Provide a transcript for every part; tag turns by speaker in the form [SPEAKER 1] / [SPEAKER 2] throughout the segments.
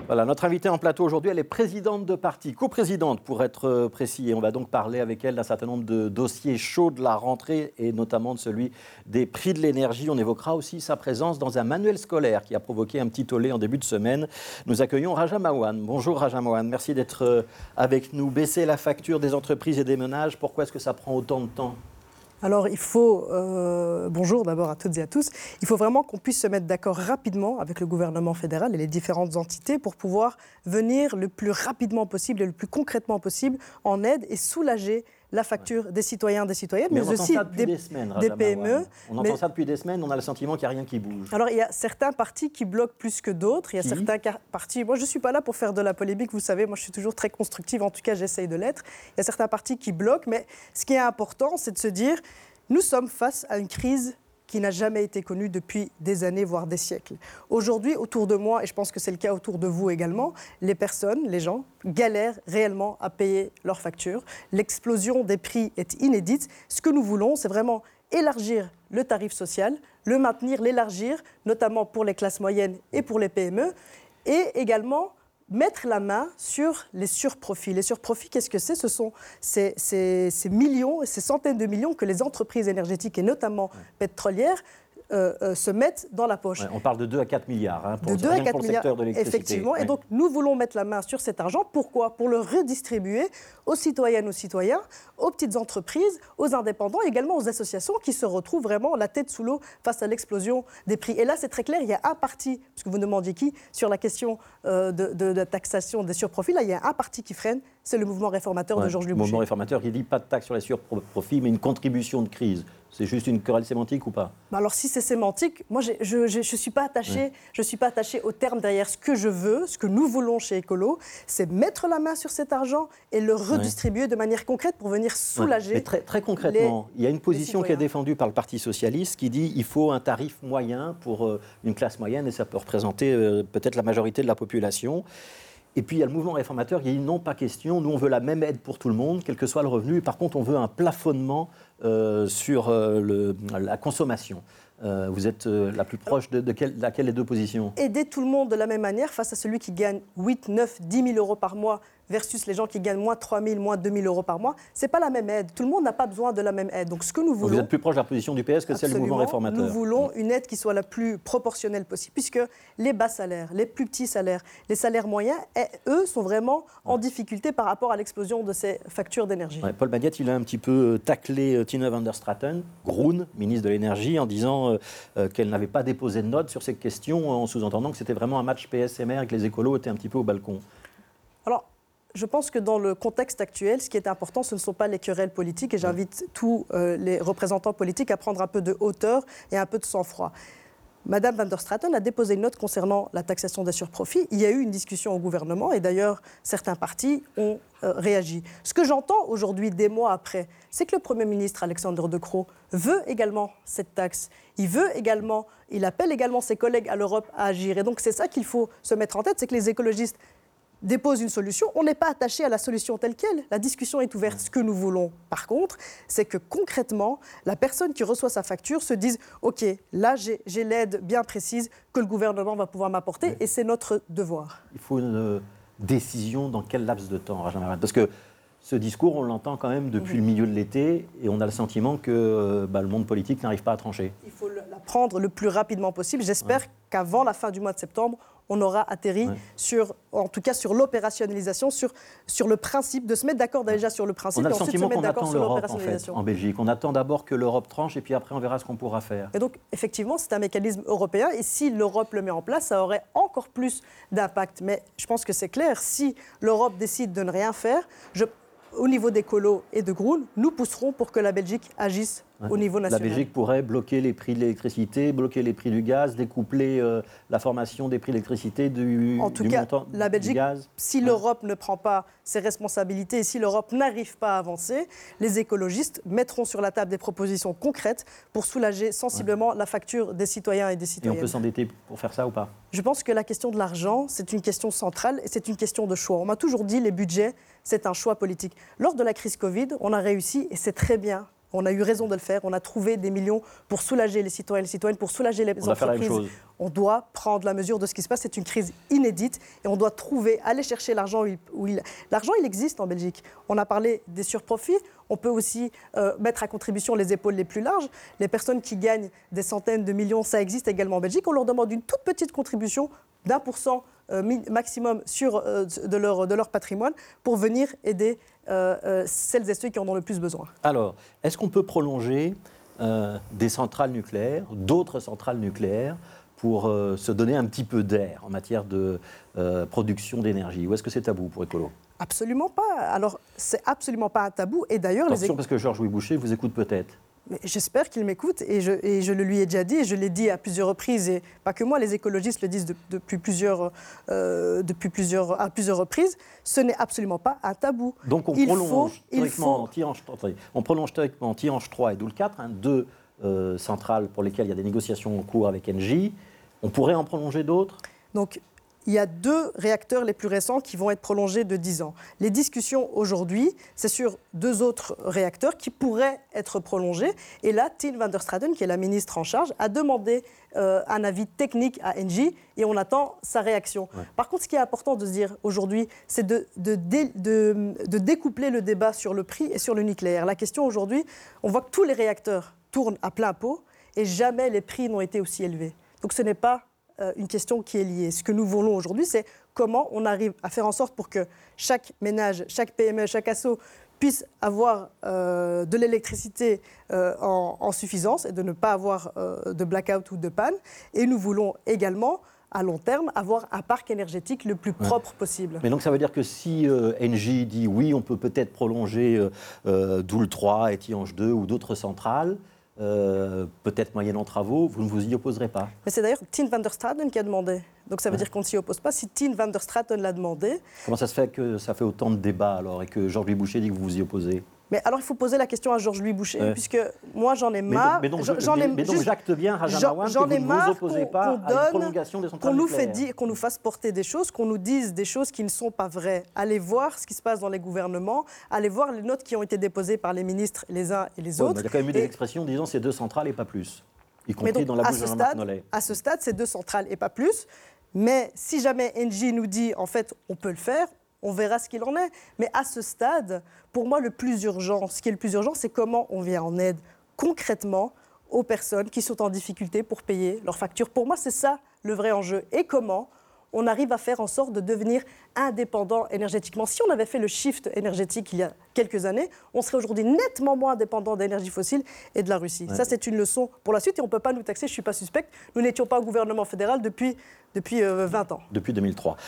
[SPEAKER 1] Voilà, notre invitée en plateau aujourd'hui, elle est présidente de parti, coprésidente pour être précis. Et on va donc parler avec elle d'un certain nombre de dossiers chauds de la rentrée et notamment de celui des prix de l'énergie. On évoquera aussi sa présence dans un manuel scolaire qui a provoqué un petit tollé en début de semaine. Nous accueillons Raja Maouane. Bonjour Raja Maouane, merci d'être avec nous. Baisser la facture des entreprises et des ménages, pourquoi est-ce que ça prend autant de temps ?
[SPEAKER 2] Alors il faut, bonjour d'abord à toutes et à tous, il faut vraiment qu'on puisse se mettre d'accord rapidement avec le gouvernement fédéral et les différentes entités pour pouvoir venir le plus rapidement possible et le plus concrètement possible en aide et soulager la facture des citoyens, des citoyennes, mais aussi des PME.
[SPEAKER 1] On entend ça depuis des semaines, on a le sentiment qu'il n'y a rien qui bouge.
[SPEAKER 2] Alors il y a certains partis qui bloquent plus que d'autres, il y a certains partis, moi je ne suis pas là pour faire de la polémique, vous savez, moi je suis toujours très constructive, en tout cas j'essaye de l'être. Il y a certains partis qui bloquent, mais ce qui est important, c'est de se dire, nous sommes face à une crise qui n'a jamais été connue depuis des années, voire des siècles. Aujourd'hui, autour de moi, et je pense que c'est le cas autour de vous également, les personnes, les gens, galèrent réellement à payer leurs factures. L'explosion des prix est inédite. Ce que nous voulons, c'est vraiment élargir le tarif social, le maintenir, l'élargir, notamment pour les classes moyennes et pour les PME, et également mettre la main sur les surprofits. Les surprofits, qu'est-ce que c'est ? Ce sont ces millions et ces centaines de millions que les entreprises énergétiques et notamment pétrolières se mettent dans la poche.
[SPEAKER 1] Ouais, on parle de 2 à 4 milliards pour,
[SPEAKER 2] de 2 à 4
[SPEAKER 1] pour le
[SPEAKER 2] milliards,
[SPEAKER 1] secteur de l'électricité.
[SPEAKER 2] Effectivement,
[SPEAKER 1] ouais.
[SPEAKER 2] Et donc nous voulons mettre la main sur cet argent. Pourquoi ? Pour le redistribuer aux citoyennes, aux citoyens, aux petites entreprises, aux indépendants, également aux associations qui se retrouvent vraiment la tête sous l'eau face à l'explosion des prix. Et là, c'est très clair, il y a un parti, parce que vous demandiez qui, sur la question de la taxation des surprofits, là, il y a un parti qui freine, c'est le mouvement réformateur de Georges Luboucher.
[SPEAKER 1] Le mouvement réformateur qui dit pas de taxe sur les surprofits, mais une contribution de crise. C'est juste une querelle sémantique ou pas ?
[SPEAKER 2] Alors si c'est sémantique, moi je suis pas attachée au terme derrière. Ce que je veux, ce que nous voulons chez Écolo, c'est mettre la main sur cet argent et le redistribuer de manière concrète pour venir soulager.
[SPEAKER 1] Mais très concrètement, il y a une position qui est défendue par le Parti socialiste qui dit qu'il faut un tarif moyen pour une classe moyenne et ça peut représenter peut-être la majorité de la population. Et puis il y a le mouvement réformateur qui dit non, pas question, nous on veut la même aide pour tout le monde, quel que soit le revenu, et par contre on veut un plafonnement sur la consommation. Vous êtes la plus proche de laquelle des deux positions ?
[SPEAKER 2] Aider tout le monde de la même manière face à celui qui gagne 8, 9, 10 000 euros par mois versus les gens qui gagnent moins 3 000, moins 2 000 euros par mois, ce n'est pas la même aide. Tout le monde n'a pas besoin de la même aide. Donc ce que nous voulons...
[SPEAKER 1] Vous êtes plus proche de la position du PS que celle du mouvement réformateur.
[SPEAKER 2] Nous voulons une aide qui soit la plus proportionnelle possible, puisque les bas salaires, les plus petits salaires, les salaires moyens, eux, sont vraiment en difficulté par rapport à l'explosion de ces factures d'énergie.
[SPEAKER 1] Ouais, Paul Magnette, il a un petit peu taclé Tina van der Straten, Groen, ministre de l'Énergie, en disant qu'elle n'avait pas déposé de note sur ces questions, en sous-entendant que c'était vraiment un match PS-MR et que les écolos étaient un petit peu au balcon.
[SPEAKER 2] Alors, je pense que dans le contexte actuel, ce qui est important, ce ne sont pas les querelles politiques, et j'invite tous les représentants politiques à prendre un peu de hauteur et un peu de sang-froid. Madame van der Straten a déposé une note concernant la taxation des surprofits. Il y a eu une discussion au gouvernement et d'ailleurs, certains partis ont réagi. Ce que j'entends aujourd'hui, des mois après, c'est que le Premier ministre Alexander De Croo veut également cette taxe. Il appelle également ses collègues à l'Europe à agir. Et donc, c'est ça qu'il faut se mettre en tête, c'est que les écologistes dépose une solution, on n'est pas attaché à la solution telle qu'elle. La discussion est ouverte. Ce que nous voulons, par contre, c'est que concrètement, la personne qui reçoit sa facture se dise « Ok, là, j'ai l'aide bien précise que le gouvernement va pouvoir m'apporter et c'est notre devoir. »
[SPEAKER 1] Il faut une décision dans quel laps de temps, Raja Maouane ? Parce que ce discours, on l'entend quand même depuis le milieu de l'été et on a le sentiment que le monde politique n'arrive pas à trancher.
[SPEAKER 2] Il faut la prendre le plus rapidement possible. J'espère qu'avant la fin du mois de septembre, on aura atterri en tout cas sur l'opérationnalisation, sur le principe, de se mettre d'accord déjà sur le principe
[SPEAKER 1] et
[SPEAKER 2] ensuite se
[SPEAKER 1] sentiment
[SPEAKER 2] mettre d'accord
[SPEAKER 1] attend
[SPEAKER 2] sur
[SPEAKER 1] l'Europe,
[SPEAKER 2] l'opérationnalisation.
[SPEAKER 1] En Belgique. On attend d'abord que l'Europe tranche et puis après on verra ce qu'on pourra faire.
[SPEAKER 2] Et donc, effectivement, c'est un mécanisme européen et si l'Europe le met en place, ça aurait encore plus d'impact. Mais je pense que c'est clair, si l'Europe décide de ne rien faire, au niveau des colos et de Groen, nous pousserons pour que la Belgique agisse au niveau national.
[SPEAKER 1] La Belgique pourrait bloquer les prix de l'électricité, bloquer les prix du gaz, découpler la formation des prix de l'électricité du montant
[SPEAKER 2] la Belgique,
[SPEAKER 1] du gaz.
[SPEAKER 2] Si l'Europe ne prend pas ses responsabilités et si l'Europe n'arrive pas à avancer, les écologistes mettront sur la table des propositions concrètes pour soulager sensiblement la facture des citoyens et des citoyennes.
[SPEAKER 1] Et on peut s'endetter pour faire ça ou pas ?
[SPEAKER 2] Je pense que la question de l'argent, c'est une question centrale et c'est une question de choix. On m'a toujours dit les budgets, c'est un choix politique. Lors de la crise Covid, on a réussi, et c'est très bien, On a eu raison de le faire. On a trouvé des millions pour soulager les citoyens et les citoyennes, pour soulager les entreprises. On doit faire la même chose. On doit prendre la mesure de ce qui se passe. C'est une crise inédite et on doit aller chercher l'argent L'argent, il existe en Belgique. On a parlé des surprofits. On peut aussi mettre à contribution les épaules les plus larges. Les personnes qui gagnent des centaines de millions, ça existe également en Belgique. On leur demande une toute petite contribution d'1% maximum de leur patrimoine pour venir aider celles et ceux qui en ont le plus besoin.
[SPEAKER 1] Alors, est-ce qu'on peut prolonger des centrales nucléaires, d'autres centrales nucléaires, pour se donner un petit peu d'air en matière de production d'énergie? Ou est-ce que c'est tabou pour Écolo?
[SPEAKER 2] Absolument pas. Alors, c'est absolument pas un tabou. Et d'ailleurs,
[SPEAKER 1] attention, parce que Georges-Louis Boucher vous écoute peut-être.
[SPEAKER 2] Mais j'espère qu'il m'écoute et je le lui ai déjà dit et je l'ai dit à plusieurs reprises et pas que moi, les écologistes le disent à plusieurs reprises, ce n'est absolument pas un tabou.
[SPEAKER 1] Donc on prolonge théoriquement Tihange 3 et Doel 4, deux centrales pour lesquelles il y a des négociations en cours avec Engie. On pourrait en prolonger d'autres ?
[SPEAKER 2] Donc, il y a 2 réacteurs les plus récents qui vont être prolongés de 10 ans. Les discussions aujourd'hui, c'est sur 2 autres réacteurs qui pourraient être prolongés. Et là, Tine van der Straten, qui est la ministre en charge, a demandé un avis technique à Engie et on attend sa réaction. Ouais. Par contre, ce qui est important de se dire aujourd'hui, c'est de découpler le débat sur le prix et sur le nucléaire. La question aujourd'hui, on voit que tous les réacteurs tournent à plein pot et jamais les prix n'ont été aussi élevés. Donc ce n'est pas une question qui est liée. Ce que nous voulons aujourd'hui, c'est comment on arrive à faire en sorte pour que chaque ménage, chaque PME, chaque asso puisse avoir de l'électricité en suffisance et de ne pas avoir de blackout ou de panne. Et nous voulons également, à long terme, avoir un parc énergétique le plus propre possible.
[SPEAKER 1] Mais donc ça veut dire que si Engie dit oui, on peut peut-être prolonger Doel 3 et Tihange 2 ou d'autres centrales, peut-être moyennant travaux, vous ne vous y opposerez pas.
[SPEAKER 2] Mais c'est d'ailleurs Tine van der Straten qui a demandé. Donc ça veut dire qu'on ne s'y oppose pas. Si Tine van der Straten l'a demandé...
[SPEAKER 1] Comment ça se fait que ça fait autant de débats alors et que Georges-Louis Boucher dit que vous vous y opposez ?
[SPEAKER 2] Mais alors il faut poser la question à Georges-Louis Boucher, puisque moi j'en ai marre...
[SPEAKER 1] Mais donc j'acte bien, Rajana Awam, que vous ne vous opposez pas à une prolongation des centrales nucléaires.
[SPEAKER 2] Qu'on nous fasse porter des choses, qu'on nous dise des choses qui ne sont pas vraies. Allez voir ce qui se passe dans les gouvernements, allez voir les notes qui ont été déposées par les ministres les uns et les autres.
[SPEAKER 1] Il y a quand même eu des expressions disant c'est 2 centrales et pas plus, y compris dans la bouche de Jean-Marc Nollet.
[SPEAKER 2] À ce stade, c'est 2 centrales et pas plus. Mais si jamais Engie nous dit en fait on peut le faire, on verra ce qu'il en est. Mais à ce stade, pour moi, ce qui est le plus urgent, c'est comment on vient en aide concrètement aux personnes qui sont en difficulté pour payer leurs factures. Pour moi, c'est ça le vrai enjeu. Et comment on arrive à faire en sorte de devenir indépendant énergétiquement. Si on avait fait le shift énergétique il y a quelques années, on serait aujourd'hui nettement moins dépendant d'énergie fossile et de la Russie. Ouais. Ça, c'est une leçon pour la suite et on ne peut pas nous taxer, je ne suis pas suspecte. Nous n'étions pas au gouvernement fédéral depuis 20 ans.
[SPEAKER 1] Depuis 2003.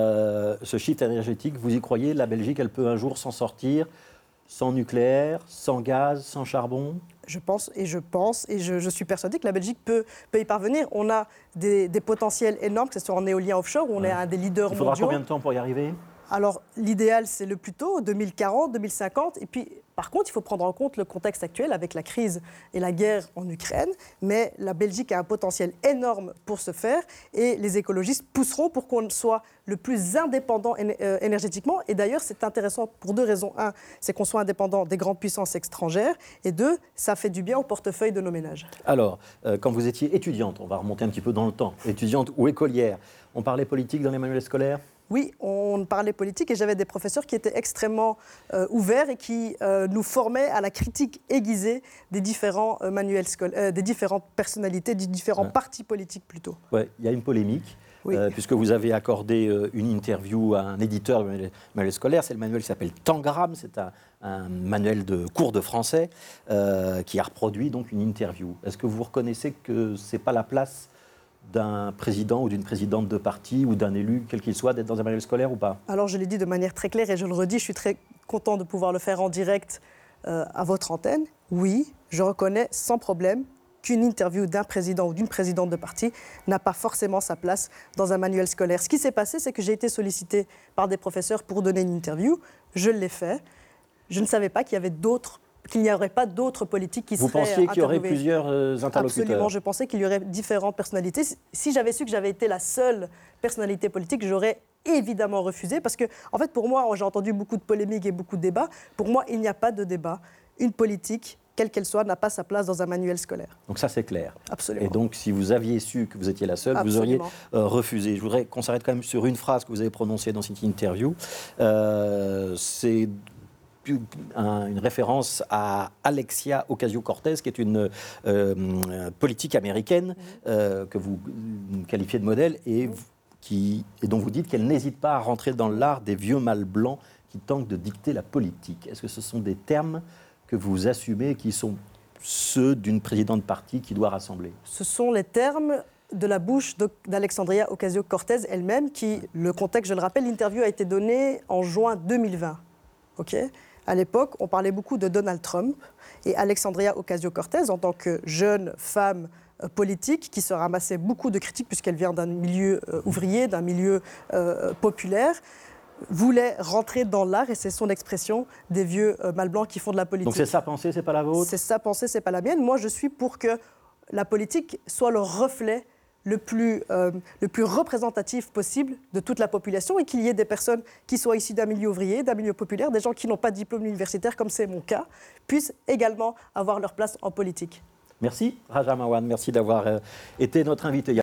[SPEAKER 1] Ce shift énergétique, vous y croyez? La Belgique, elle peut un jour s'en sortir sans nucléaire, sans gaz, sans charbon?
[SPEAKER 2] Je pense et je suis persuadée que la Belgique peut y parvenir. On a des potentiels énormes, que ce soit en éolien offshore, où on est un des leaders mondiaux.
[SPEAKER 1] Il faudra combien de temps pour y arriver?
[SPEAKER 2] Alors, l'idéal, c'est le plus tôt, 2040, 2050. Et puis, par contre, il faut prendre en compte le contexte actuel avec la crise et la guerre en Ukraine. Mais la Belgique a un potentiel énorme pour ce faire. Et les écologistes pousseront pour qu'on soit le plus indépendant énergétiquement. Et d'ailleurs, c'est intéressant pour 2 raisons. 1, c'est qu'on soit indépendant des grandes puissances étrangères. Et 2, ça fait du bien au portefeuille de nos ménages.
[SPEAKER 1] Alors, quand vous étiez étudiante, on va remonter un petit peu dans le temps, étudiante ou écolière, on parlait politique dans les manuels scolaires?
[SPEAKER 2] Oui, on parlait politique et j'avais des professeurs qui étaient extrêmement ouverts et qui nous formaient à la critique aiguisée des différents manuels scolaires, des différentes personnalités, des différents partis politiques plutôt.
[SPEAKER 1] Oui, il y a une polémique, puisque vous avez accordé une interview à un éditeur de manuel scolaire. C'est le manuel qui s'appelle Tangram, c'est un manuel de cours de français qui a reproduit donc une interview. Est-ce que vous reconnaissez que ce n'est pas la place d'un président ou d'une présidente de parti ou d'un élu, quel qu'il soit, d'être dans un manuel scolaire ou pas?
[SPEAKER 2] Alors je l'ai dit de manière très claire et je le redis, je suis très content de pouvoir le faire en direct à votre antenne. Oui, je reconnais sans problème qu'une interview d'un président ou d'une présidente de parti n'a pas forcément sa place dans un manuel scolaire. Ce qui s'est passé, c'est que j'ai été sollicitée par des professeurs pour donner une interview. Je l'ai fait. Je ne savais pas qu'il n'y aurait pas d'autres politiques qui seraient interviewées.
[SPEAKER 1] Vous pensiez qu'il y aurait plusieurs interlocuteurs?
[SPEAKER 2] Absolument, je pensais qu'il y aurait différentes personnalités. Si j'avais su que j'avais été la seule personnalité politique, j'aurais évidemment refusé. Parce que, en fait, pour moi, j'ai entendu beaucoup de polémiques et beaucoup de débats. Pour moi, il n'y a pas de débat. Une politique quelle qu'elle soit, n'a pas sa place dans un manuel scolaire.
[SPEAKER 1] Donc ça, c'est clair.
[SPEAKER 2] Absolument.
[SPEAKER 1] Et donc, si vous aviez su que vous étiez la seule,
[SPEAKER 2] Absolument.
[SPEAKER 1] vous auriez refusé. Je voudrais qu'on s'arrête quand même sur une phrase que vous avez prononcée dans cette interview. C'est une référence à Alexia Ocasio-Cortez, qui est une politique américaine que vous qualifiez de modèle et dont vous dites qu'elle n'hésite pas à rentrer dans l'art des vieux mâles blancs qui tentent de dicter la politique. Est-ce que ce sont des termes que vous assumez qui sont ceux d'une présidente parti qui doit rassembler? Ce
[SPEAKER 2] sont les termes de la bouche d'Alexandria Ocasio-Cortez elle-même, le contexte, je le rappelle, l'interview a été donnée en juin 2020. À l'époque, on parlait beaucoup de Donald Trump et Alexandria Ocasio-Cortez, en tant que jeune femme politique qui se ramassait beaucoup de critiques puisqu'elle vient d'un milieu ouvrier, d'un milieu populaire, voulait rentrer dans l'art, et c'est son expression, des vieux mâles blancs qui font de la politique.
[SPEAKER 1] Donc c'est sa pensée, c'est pas la vôtre?
[SPEAKER 2] C'est sa pensée, c'est pas la mienne. Moi, je suis pour que la politique soit le reflet le plus représentatif possible de toute la population et qu'il y ait des personnes qui soient issues d'un milieu ouvrier, d'un milieu populaire, des gens qui n'ont pas de diplôme universitaire, comme c'est mon cas, puissent également avoir leur place en politique.
[SPEAKER 1] Merci Raja Marwan, merci d'avoir été notre invité.